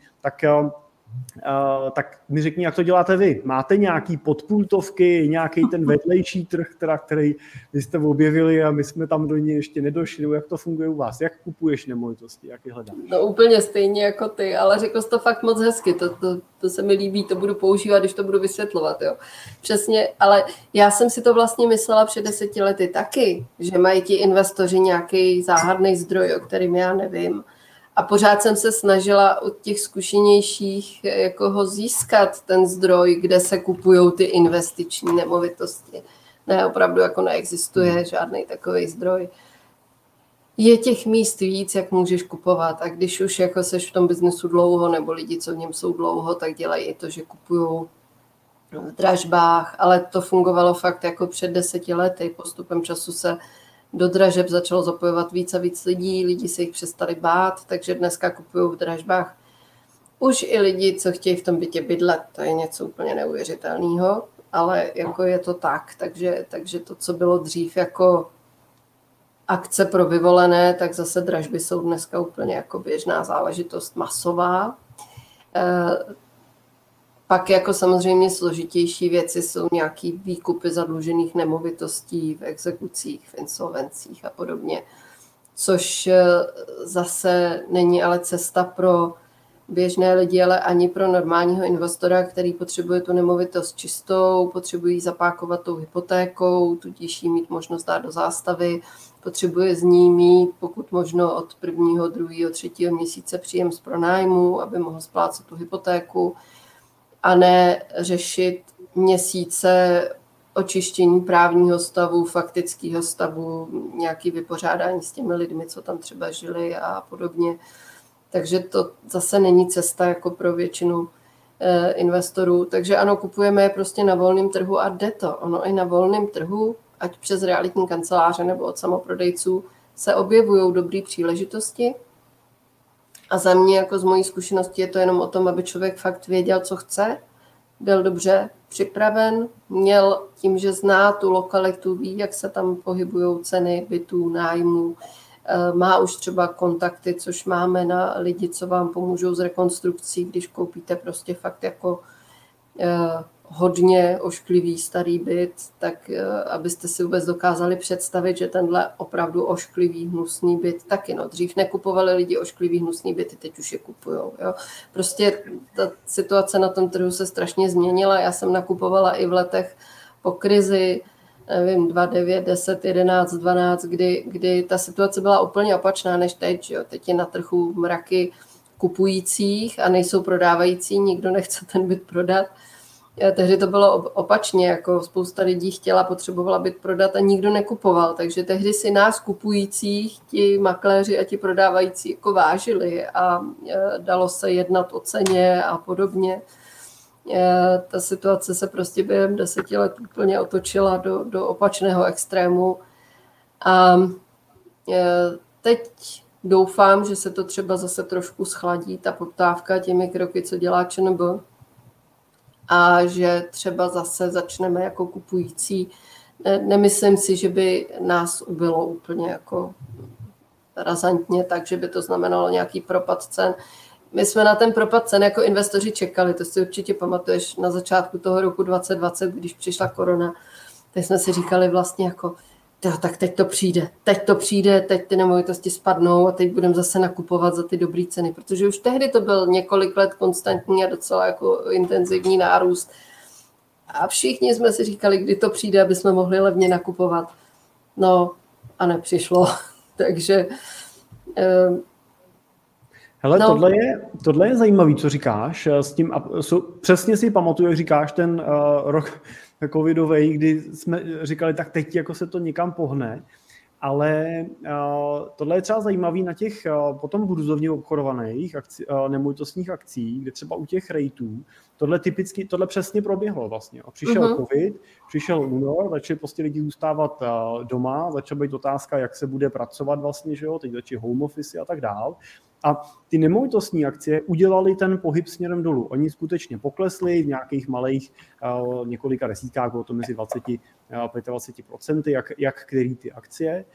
tak mi řekni, jak to děláte vy. Máte nějaký podpultovky, nějaký ten vedlejší trh, který vy jste objevili a my jsme tam do něj ještě nedošli, jak to funguje u vás? Jak kupuješ nemovitosti, jak je hledáš? No úplně stejně jako ty, ale řekl jsi to fakt moc hezky, to se mi líbí, to budu používat, když to budu vysvětlovat, jo. Přesně, ale já jsem si to vlastně myslela před 10 lety taky, že mají ti investoři nějaký záhadný zdroj, o kterým já nevím. A pořád jsem se snažila od těch zkušenějších jako ho získat ten zdroj, kde se kupují ty investiční nemovitosti. Ne, opravdu jako neexistuje žádný takový zdroj. Je těch míst víc, jak můžeš kupovat. A když už jako seš v tom biznesu dlouho, nebo lidi, co v něm jsou dlouho, tak dělají i to, že kupují v dražbách. Ale to fungovalo fakt jako před 10 lety. Postupem času se do dražeb začalo zapojovat víc a víc lidí, lidi se jich přestali bát, takže dneska kupují v dražbách už i lidi, co chtějí v tom bytě bydlet, to je něco úplně neuvěřitelného, ale jako je to tak, takže to, co bylo dřív jako akce pro vyvolené, tak zase dražby jsou dneska úplně jako běžná záležitost masová. Pak jako samozřejmě složitější věci jsou nějaký výkupy zadlužených nemovitostí v exekucích, v insolvencích a podobně, což zase není ale cesta pro běžné lidi, ale ani pro normálního investora, který potřebuje tu nemovitost čistou, potřebuje zapákovat tou hypotékou, tudíž jí mít možnost dát do zástavy, potřebuje z ní mít pokud možno od 1., 2., 3. měsíce příjem z pronájmu, aby mohl splácet tu hypotéku, a ne řešit měsíce očištění právního stavu, faktického stavu, nějaké vypořádání s těmi lidmi, co tam třeba žili a podobně. Takže to zase není cesta jako pro většinu investorů. Takže ano, kupujeme je prostě na volném trhu a jde to. Ono i na volném trhu, ať přes realitní kanceláře nebo od samoprodejců, se objevují dobré příležitosti. A za mě, jako z mojí zkušenosti, je to jenom o tom, aby člověk fakt věděl, co chce, byl dobře připraven, měl tím, že zná tu lokalitu, ví, jak se tam pohybují ceny bytů, nájmů, má už třeba kontakty, což máme na lidi, co vám pomůžou s rekonstrukcí, když koupíte prostě fakt jako hodně ošklivý starý byt, tak abyste si vůbec dokázali představit, že tenhle opravdu ošklivý, hnusný byt taky. No, dřív nekupovali lidi ošklivý, hnusný byty, teď už je kupujou. Jo. Prostě ta situace na tom trhu se strašně změnila. Já jsem nakupovala i v letech po krizi, nevím, 2009, 10, 11, 12, kdy ta situace byla úplně opačná než teď. Jo. Teď je na trhu mraky kupujících a nejsou prodávající, nikdo nechce ten byt prodat. Tehdy to bylo opačně, jako spousta lidí potřebovala byt prodat a nikdo nekupoval, takže tehdy si nás kupujících ti makléři a ti prodávající jako vážili a dalo se jednat o ceně a podobně. Ta situace se prostě během 10 let úplně otočila do opačného extrému a teď doufám, že se to třeba zase trošku schladí, ta poptávka těmi kroky, co dělá ČNB, a že třeba zase začneme jako kupující. Nemyslím si, že by nás ubylo úplně jako razantně, takže by to znamenalo nějaký propad cen. My jsme na ten propad cen jako investoři čekali, to si určitě pamatuješ na začátku toho roku 2020, když přišla korona, tak jsme si říkali vlastně jako, tak teď to přijde, teď ty nemovitosti spadnou a teď budeme zase nakupovat za ty dobré ceny, protože už tehdy to byl několik let konstantní a docela jako intenzivní nárůst. A všichni jsme si říkali, kdy to přijde, aby jsme mohli levně nakupovat. No a nepřišlo. Takže hele, tohle je zajímavý, co říkáš. S tím, přesně si pamatuju, jak říkáš, ten rok covidovej, kdy jsme říkali, tak teď jako se to někam pohne. Ale tohle je třeba zajímavý na těch potom burzovně obchodovaných nemovitostních akcí, kde třeba u těch rejtů tohle přesně proběhlo vlastně. A přišel covid, přišel únor, začali prostě lidi zůstávat doma, začala být otázka, jak se bude pracovat vlastně, že jo, teď začali home office a tak dál. A ty nemovitostní akcie udělali ten pohyb směrem dolů. Oni skutečně poklesli v nějakých malých několika desítkách, bylo to mezi 20-25%, jak který ty akcie.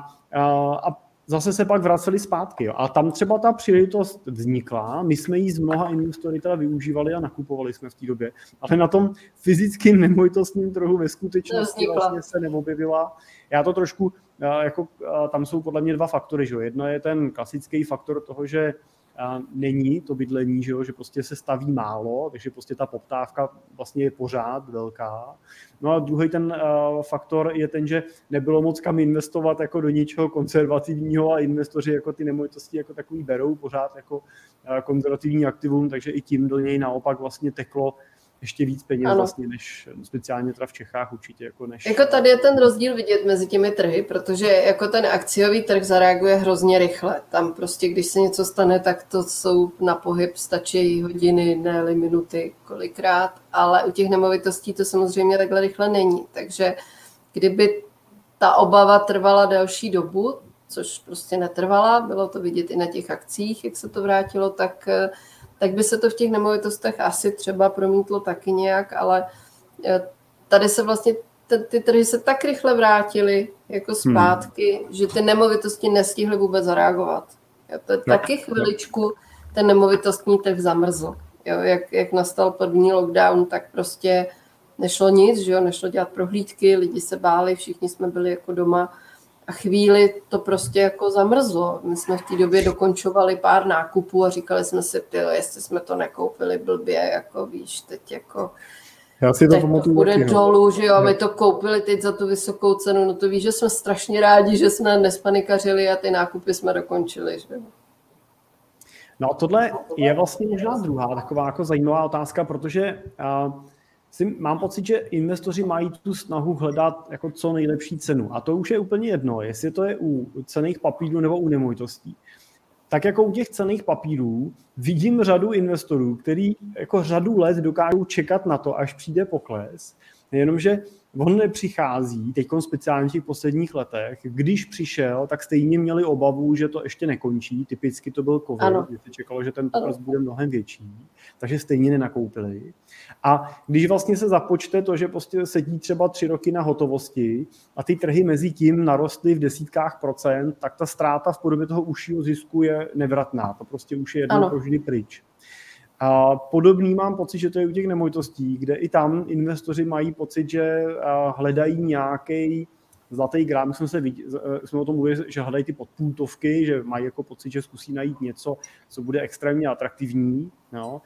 A zase se pak vraceli zpátky. Jo. A tam třeba ta příležitost vznikla, my jsme ji z mnoha investory teda využívali a nakupovali jsme v té době, ale na tom fyzickém nemovitostním trhu ve skutečnosti vlastně se neobjevila. Já to trošku, tam jsou podle mě dva faktory. Že? Jedno je ten klasický faktor toho, že není to bydlení, že prostě se staví málo, takže prostě ta poptávka vlastně je pořád velká. No a druhý ten faktor je ten, že nebylo moc kam investovat jako do něčeho konzervativního a investoři jako ty nemovitosti jako takový berou pořád jako konzervativní aktivum, takže i tím do něj naopak vlastně teklo ještě víc peněz vlastně, než speciálně teda v Čechách určitě. Jako tady je ten rozdíl vidět mezi těmi trhy, protože jako ten akciový trh zareaguje hrozně rychle. Tam prostě, když se něco stane, tak to jsou na pohyb, stačí hodiny, ne minuty kolikrát, ale u těch nemovitostí to samozřejmě takhle rychle není. Takže kdyby ta obava trvala delší dobu, což prostě netrvala, bylo to vidět i na těch akcích, jak se to vrátilo, tak by se to v těch nemovitostech asi třeba promítlo taky nějak, ale tady se vlastně ty trhy se tak rychle vrátily jako zpátky, že ty nemovitosti nestihly vůbec zareagovat. To je taky chviličku ten nemovitostní trh zamrzl. Jo, jak nastal první lockdown, tak prostě nešlo nic, že jo, nešlo dělat prohlídky, lidi se báli, všichni jsme byli jako doma a chvíli to prostě jako zamrzlo. My jsme v té době dokončovali pár nákupů a říkali jsme si, jestli jsme to nekoupili blbě, jako víš, teď jako já si to pamatuju, bude dolů, že jo, my to koupili teď za tu vysokou cenu, no to víš, že jsme strašně rádi, že jsme nespanikařili a ty nákupy jsme dokončili, že jo. No a tohle je vlastně možná druhá taková jako zajímavá otázka, protože mám pocit, že investoři mají tu snahu hledat jako co nejlepší cenu. A to už je úplně jedno, jestli to je u cenných papírů nebo u nemovitostí. Tak jako u těch cenných papírů vidím řadu investorů, kteří jako řadu let dokážou čekat na to, až přijde pokles, jenomže on nepřichází, teď speciálně v těch posledních letech, když přišel, tak stejně měli obavu, že to ještě nekončí, typicky to byl covid, kdy se čekalo, že ten pokles bude mnohem větší, takže stejně nenakoupili. A když vlastně se započte to, že prostě sedí třeba 3 roky na hotovosti a ty trhy mezi tím narostly v desítkách procent, tak ta ztráta v podobě toho užšího zisku je nevratná, to prostě už je jednou provždy pryč. A podobný mám pocit, že to je u těch nemovitostí, kde i tam investoři mají pocit, že hledají nějaký zlatý grál. My jsme o tom mluvili, že hledají ty podpůltovky, že mají jako pocit, že zkusí najít něco, co bude extrémně atraktivní. Jo?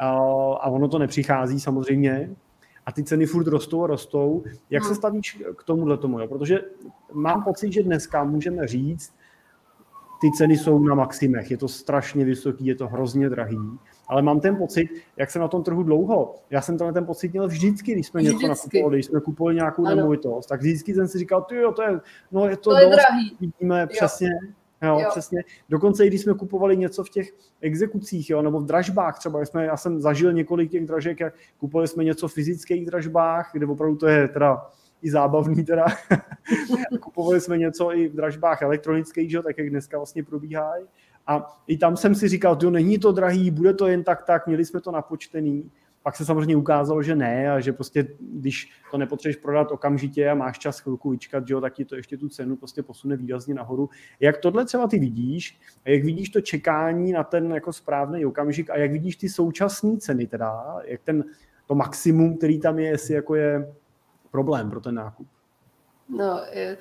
A ono to nepřichází samozřejmě. A ty ceny furt rostou a rostou. Jak se stavíš k tomuhletomu? Jo? Protože mám pocit, že dneska můžeme říct, ty ceny jsou na maximech, je to strašně vysoký, je to hrozně drahý, ale mám ten pocit, jak jsem na tom trhu dlouho, já jsem ten pocit měl vždycky, když jsme něco nakupovali, když jsme kupovali nějakou nemovitost, tak vždycky jsem si říkal, je to dost, drahý. Vidíme přesně. Jo. Přesně. Dokonce i když jsme kupovali něco v těch exekucích, jo, nebo v dražbách třeba, já jsem zažil několik těch dražek, jak kupovali jsme něco v fyzických dražbách, kde opravdu to je teda i zábavný teda. Kupovali jsme něco i v dražbách elektronických, že? Tak jak dneska vlastně probíhají. A i tam jsem si říkal, není to drahý, bude to jen tak, měli jsme to napočtený. Pak se samozřejmě ukázalo, že ne a že prostě, když to nepotřebuješ prodat okamžitě a máš čas chvilku vyčkat, že jo, tak ti to ještě tu cenu prostě posune výrazně nahoru. Jak tohle třeba ty vidíš a jak vidíš to čekání na ten jako správný okamžik a jak vidíš ty současné ceny teda, jak to maximum, který tam je, jestli jako je problém pro ten nákup? No,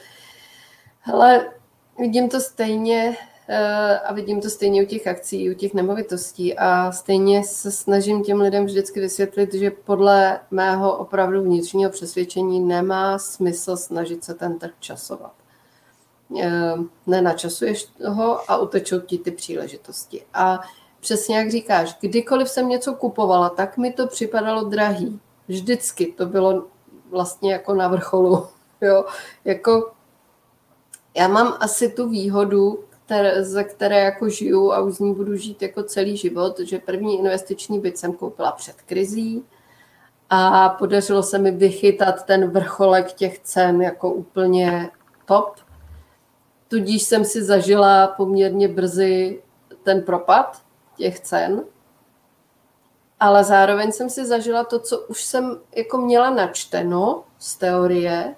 hele, vidím to stejně a vidím to stejně u těch akcí, u těch nemovitostí a stejně se snažím těm lidem vždycky vysvětlit, že podle mého opravdu vnitřního přesvědčení nemá smysl snažit se ten trh časovat. nenačasuješ toho a utečou ti ty příležitosti. A přesně jak říkáš, kdykoliv jsem něco kupovala, tak mi to připadalo drahý. Vždycky to bylo vlastně jako na vrcholu. Jo? Jako, já mám asi tu výhodu, ze které jako žiju a už z ní budu žít jako celý život, že první investiční byt jsem koupila před krizí a podařilo se mi vychytat ten vrcholek těch cen jako úplně top. Tudíž jsem si zažila poměrně brzy ten propad těch cen, ale zároveň jsem si zažila to, co už jsem jako měla načteno z teorie,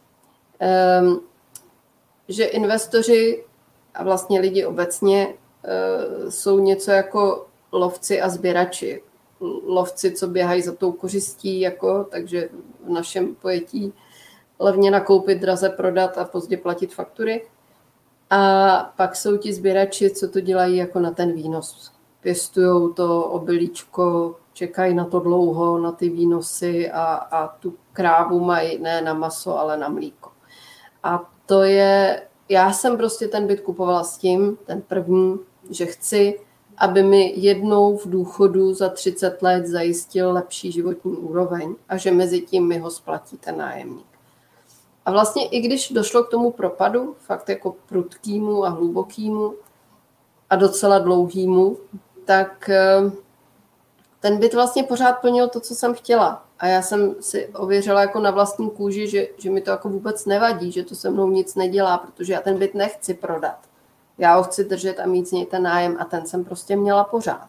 že investoři a vlastně lidi obecně jsou něco jako lovci a sběrači. Lovci, co běhají za tou kořistí, jako, takže v našem pojetí levně nakoupit, draze prodat a pozdě platit faktury. A pak jsou ti sběrači, co to dělají jako na ten výnos. Pěstujou to obilíčko, čekají na to dlouho, na ty výnosy a tu krávu mají ne na maso, ale na mlíko. A to je, já jsem prostě ten byt kupovala s tím, ten první, že chci, aby mi jednou v důchodu za 30 let zajistil lepší životní úroveň a že mezi tím mi ho splatí ten nájemník. A vlastně i když došlo k tomu propadu, fakt jako prudkýmu a hlubokýmu a docela dlouhýmu, tak ten byt vlastně pořád plnil to, co jsem chtěla. A já jsem si ověřila jako na vlastní kůži, že mi to jako vůbec nevadí, že to se mnou nic nedělá, protože já ten byt nechci prodat. Já ho chci držet a mít z něj ten nájem a ten jsem prostě měla pořád.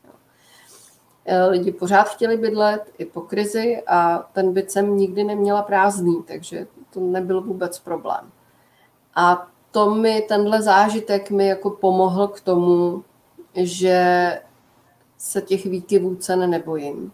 Lidi pořád chtěli bydlet i po krizi a ten byt jsem nikdy neměla prázdný, takže to nebyl vůbec problém. A tenhle zážitek mi jako pomohl k tomu, že se těch výkyvů cen nebojím.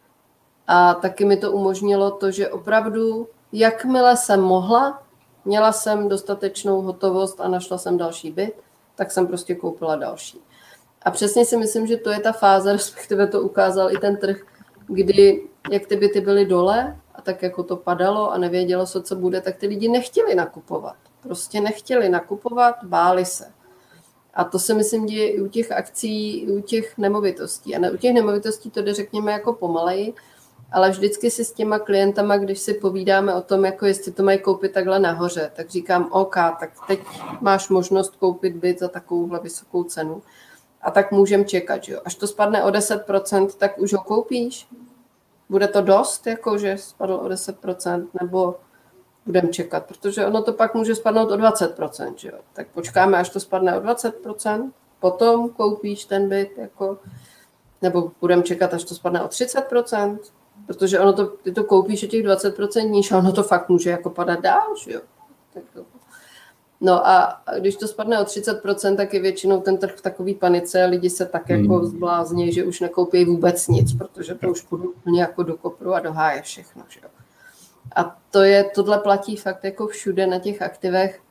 A taky mi to umožnilo to, že opravdu, jakmile jsem mohla, měla jsem dostatečnou hotovost a našla jsem další byt, tak jsem prostě koupila další. A přesně si myslím, že to je ta fáze, respektive to ukázal i ten trh, kdy, jak ty byty byly dole a tak jako to padalo a nevědělo se, co bude, tak ty lidi nechtěli nakupovat. Prostě nechtěli nakupovat, báli se. A to se myslím děje i u těch akcí, i u těch nemovitostí. A u těch nemovitostí to jde, řekněme, jako pomaleji, ale vždycky si s těma klientama, když si povídáme o tom, jako jestli to mají koupit takhle nahoře, tak říkám, OK, tak teď máš možnost koupit byt za takovouhle vysokou cenu. A tak můžem čekat, že jo. Až to spadne o 10%, tak už ho koupíš? Bude to dost, jako že spadl o 10%, nebo budeme čekat? Protože ono to pak může spadnout o 20%, že jo. Tak počkáme, až to spadne o 20%, potom koupíš ten byt, jako, nebo budeme čekat, až to spadne o 30%, protože ono to, ty to koupíš o těch 20% níž a ono to fakt může jako padat dál, že jo. Tak to. No a když to spadne o 30%, tak je většinou ten trh v takový panice, lidi se tak jako zblázní, že už nekoupí vůbec nic, protože to už půjdu úplně jako do kopru a do háje všechno. Že jo. A tohle platí fakt jako všude na těch aktivech.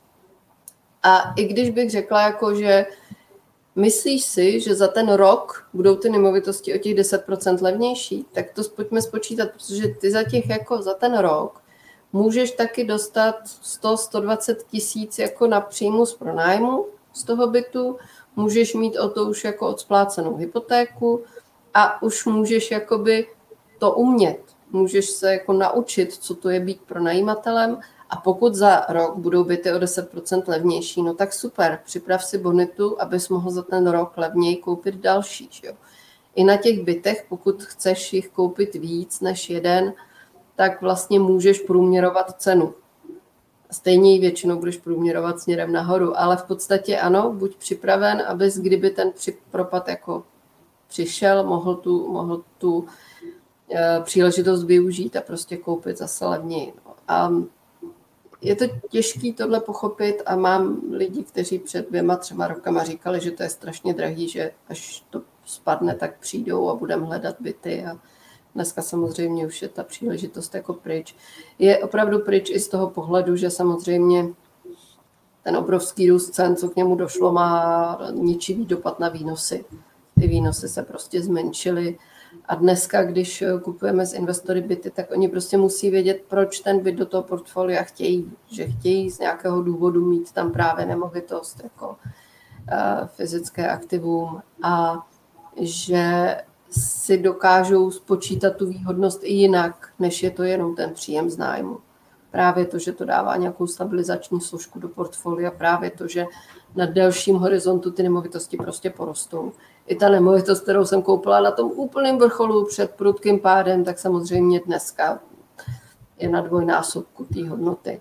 A i když bych řekla, jako, že myslíš si, že za ten rok budou ty nemovitosti o těch 10% levnější, tak to pojďme spočítat, protože ty za ten rok můžeš taky dostat 100-120 tisíc jako na příjmu z pronájmu z toho bytu, můžeš mít o to už jako odsplácenou hypotéku a už můžeš jakoby to umět. Můžeš se jako naučit, co to je být pronajímatelem a pokud za rok budou byty o 10% levnější, no tak super, připrav si bonitu, abys mohl za ten rok levněji koupit další. Jo? I na těch bytech, pokud chceš jich koupit víc než jeden, tak vlastně můžeš průměrovat cenu. Stejně ji většinou budeš průměrovat směrem nahoru, ale v podstatě ano, buď připraven, abys kdyby ten propad jako přišel, mohl tu příležitost využít a prostě koupit zase levněji. No. A je to těžké tohle pochopit a mám lidi, kteří před 2-3 rokama říkali, že to je strašně drahý, že až to spadne, tak přijdou a budeme hledat byty a dneska samozřejmě už je ta příležitost jako pryč. Je opravdu pryč i z toho pohledu, že samozřejmě ten obrovský růst cen, co k němu došlo, má ničivý dopad na výnosy. Ty výnosy se prostě zmenšily A dneska, když kupujeme z investory byty, tak oni prostě musí vědět, proč ten byt do toho portfolia chtějí. Že chtějí z nějakého důvodu mít tam právě nemovitost jako fyzické aktivum a že si dokážou spočítat tu výhodnost i jinak, než je to jenom ten příjem z nájmu. Právě to, že to dává nějakou stabilizační složku do portfolia, právě to, že na delším horizontu ty nemovitosti prostě porostou. I ta nemovitost, kterou jsem koupila na tom úplném vrcholu před prudkým pádem, tak samozřejmě dneska je na dvojnásobku té hodnoty.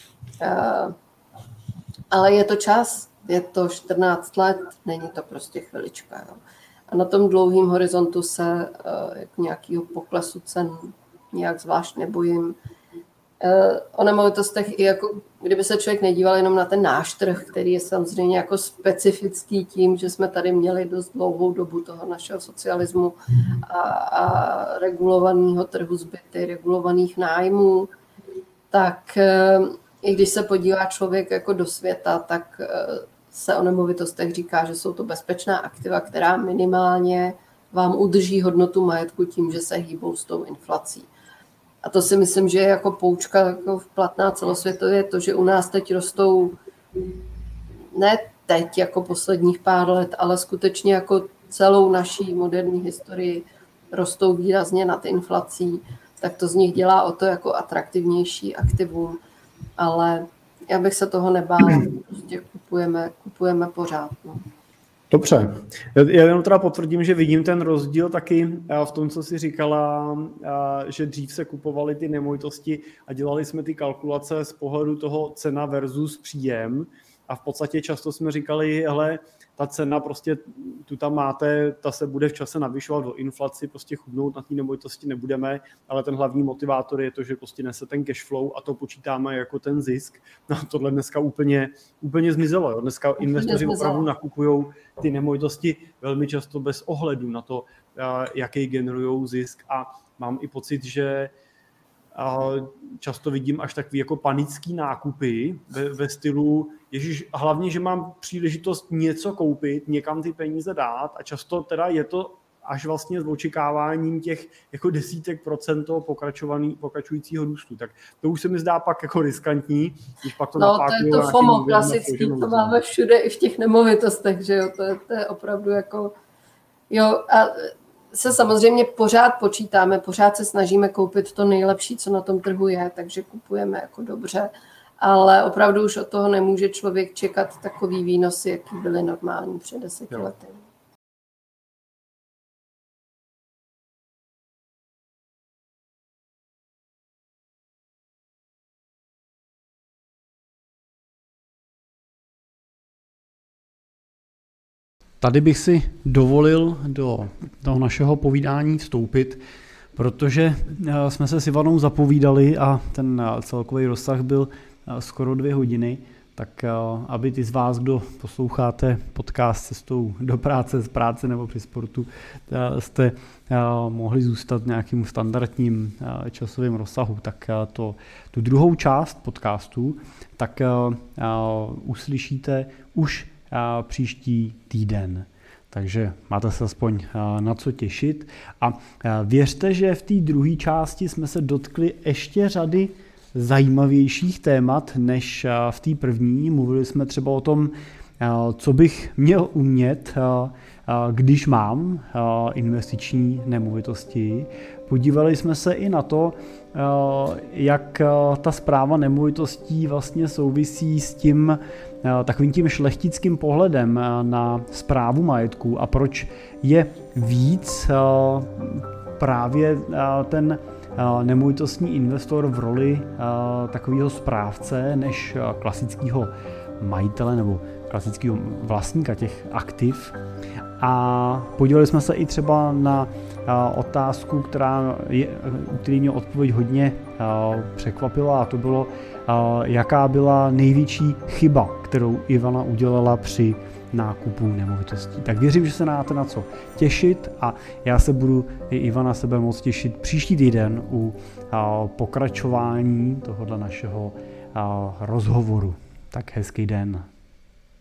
Ale je to čas, je to 14 let, není to prostě chvilička. Jo. A na tom dlouhém horizontu se jako nějakého poklesu cen nějak zvlášť nebojím. O nemovitostech, i jako kdyby se člověk nedíval jenom na ten náš trh, který je samozřejmě jako specifický tím, že jsme tady měli dost dlouhou dobu toho našeho socialismu a regulovaného trhu s byty, regulovaných nájmů, tak i když se podívá člověk jako do světa, tak se o nemovitostech říká, že jsou to bezpečná aktiva, která minimálně vám udrží hodnotu majetku tím, že se hýbou s tou inflací. A to si myslím, že je jako poučka jako platná celosvětově, to, že u nás teď rostou, ne teď jako posledních pár let, ale skutečně jako celou naší moderní historii rostou výrazně nad inflací, tak to z nich dělá o to jako atraktivnější aktivum. Ale já bych se toho nebála, prostě kupujeme pořád. No. Dobře. Já jenom teda potvrdím, že vidím ten rozdíl taky v tom, co jsi říkala, že dřív se kupovaly ty nemovitosti a dělali jsme ty kalkulace z pohledu toho cena versus příjem a v podstatě často jsme říkali, hele, ta cena prostě tu tam máte, ta se bude v čase navyšovat do inflaci, prostě chudnout na té nemovitosti nebudeme, ale ten hlavní motivátor je to, že prostě nese ten cash flow a to počítáme jako ten zisk. No tohle dneska úplně zmizelo. Jo. Dneska investoři opravdu nakupují ty nemovitosti velmi často bez ohledu na to, jaký generují zisk a mám i pocit, že často vidím až takový jako panický nákupy ve stylu, ježiš, hlavně, že mám příležitost něco koupit, někam ty peníze dát a často teda je to až vlastně s očekáváním těch jako desítek procent toho pokračujícího růstu. Tak to už se mi zdá pak jako riskantní, když pak to napákují. To je to FOMO klasický, to máme všude i v těch nemovitostech, že jo, to je opravdu jako, jo a se samozřejmě pořád počítáme, pořád se snažíme koupit to nejlepší, co na tom trhu je, takže kupujeme jako dobře, ale opravdu už od toho nemůže člověk čekat takový výnosy, jaký byly normální před 10 lety. Tady bych si dovolil do toho našeho povídání vstoupit, protože jsme se s Ivanou zapovídali a ten celkový rozsah byl skoro 2 hodiny, tak aby ty z vás, kdo posloucháte podcast cestou do práce, z práce nebo při sportu, jste mohli zůstat v nějakým standardním časovém rozsahu, tak tu druhou část podcastu tak uslyšíte už příští týden. Takže máte se aspoň na co těšit. A věřte, že v té druhé části jsme se dotkli ještě řady zajímavějších témat než v té první. Mluvili jsme třeba o tom, co bych měl umět, když mám investiční nemovitosti. Podívali jsme se i na to, jak ta správa nemovitostí vlastně souvisí s tím takovým tím šlechtickým pohledem na správu majetku a proč je víc právě ten nemovitostní investor v roli takového správce než klasického majitele nebo klasického vlastníka těch aktiv. A podívali jsme se i třeba na otázku, který mě odpověď hodně překvapila, a to bylo, jaká byla největší chyba, kterou Ivana udělala při nákupu nemovitostí. Tak věřím, že se máte na co těšit a já se budu i Ivana sebe moc těšit příští týden u pokračování tohoto našeho rozhovoru. Tak hezký den.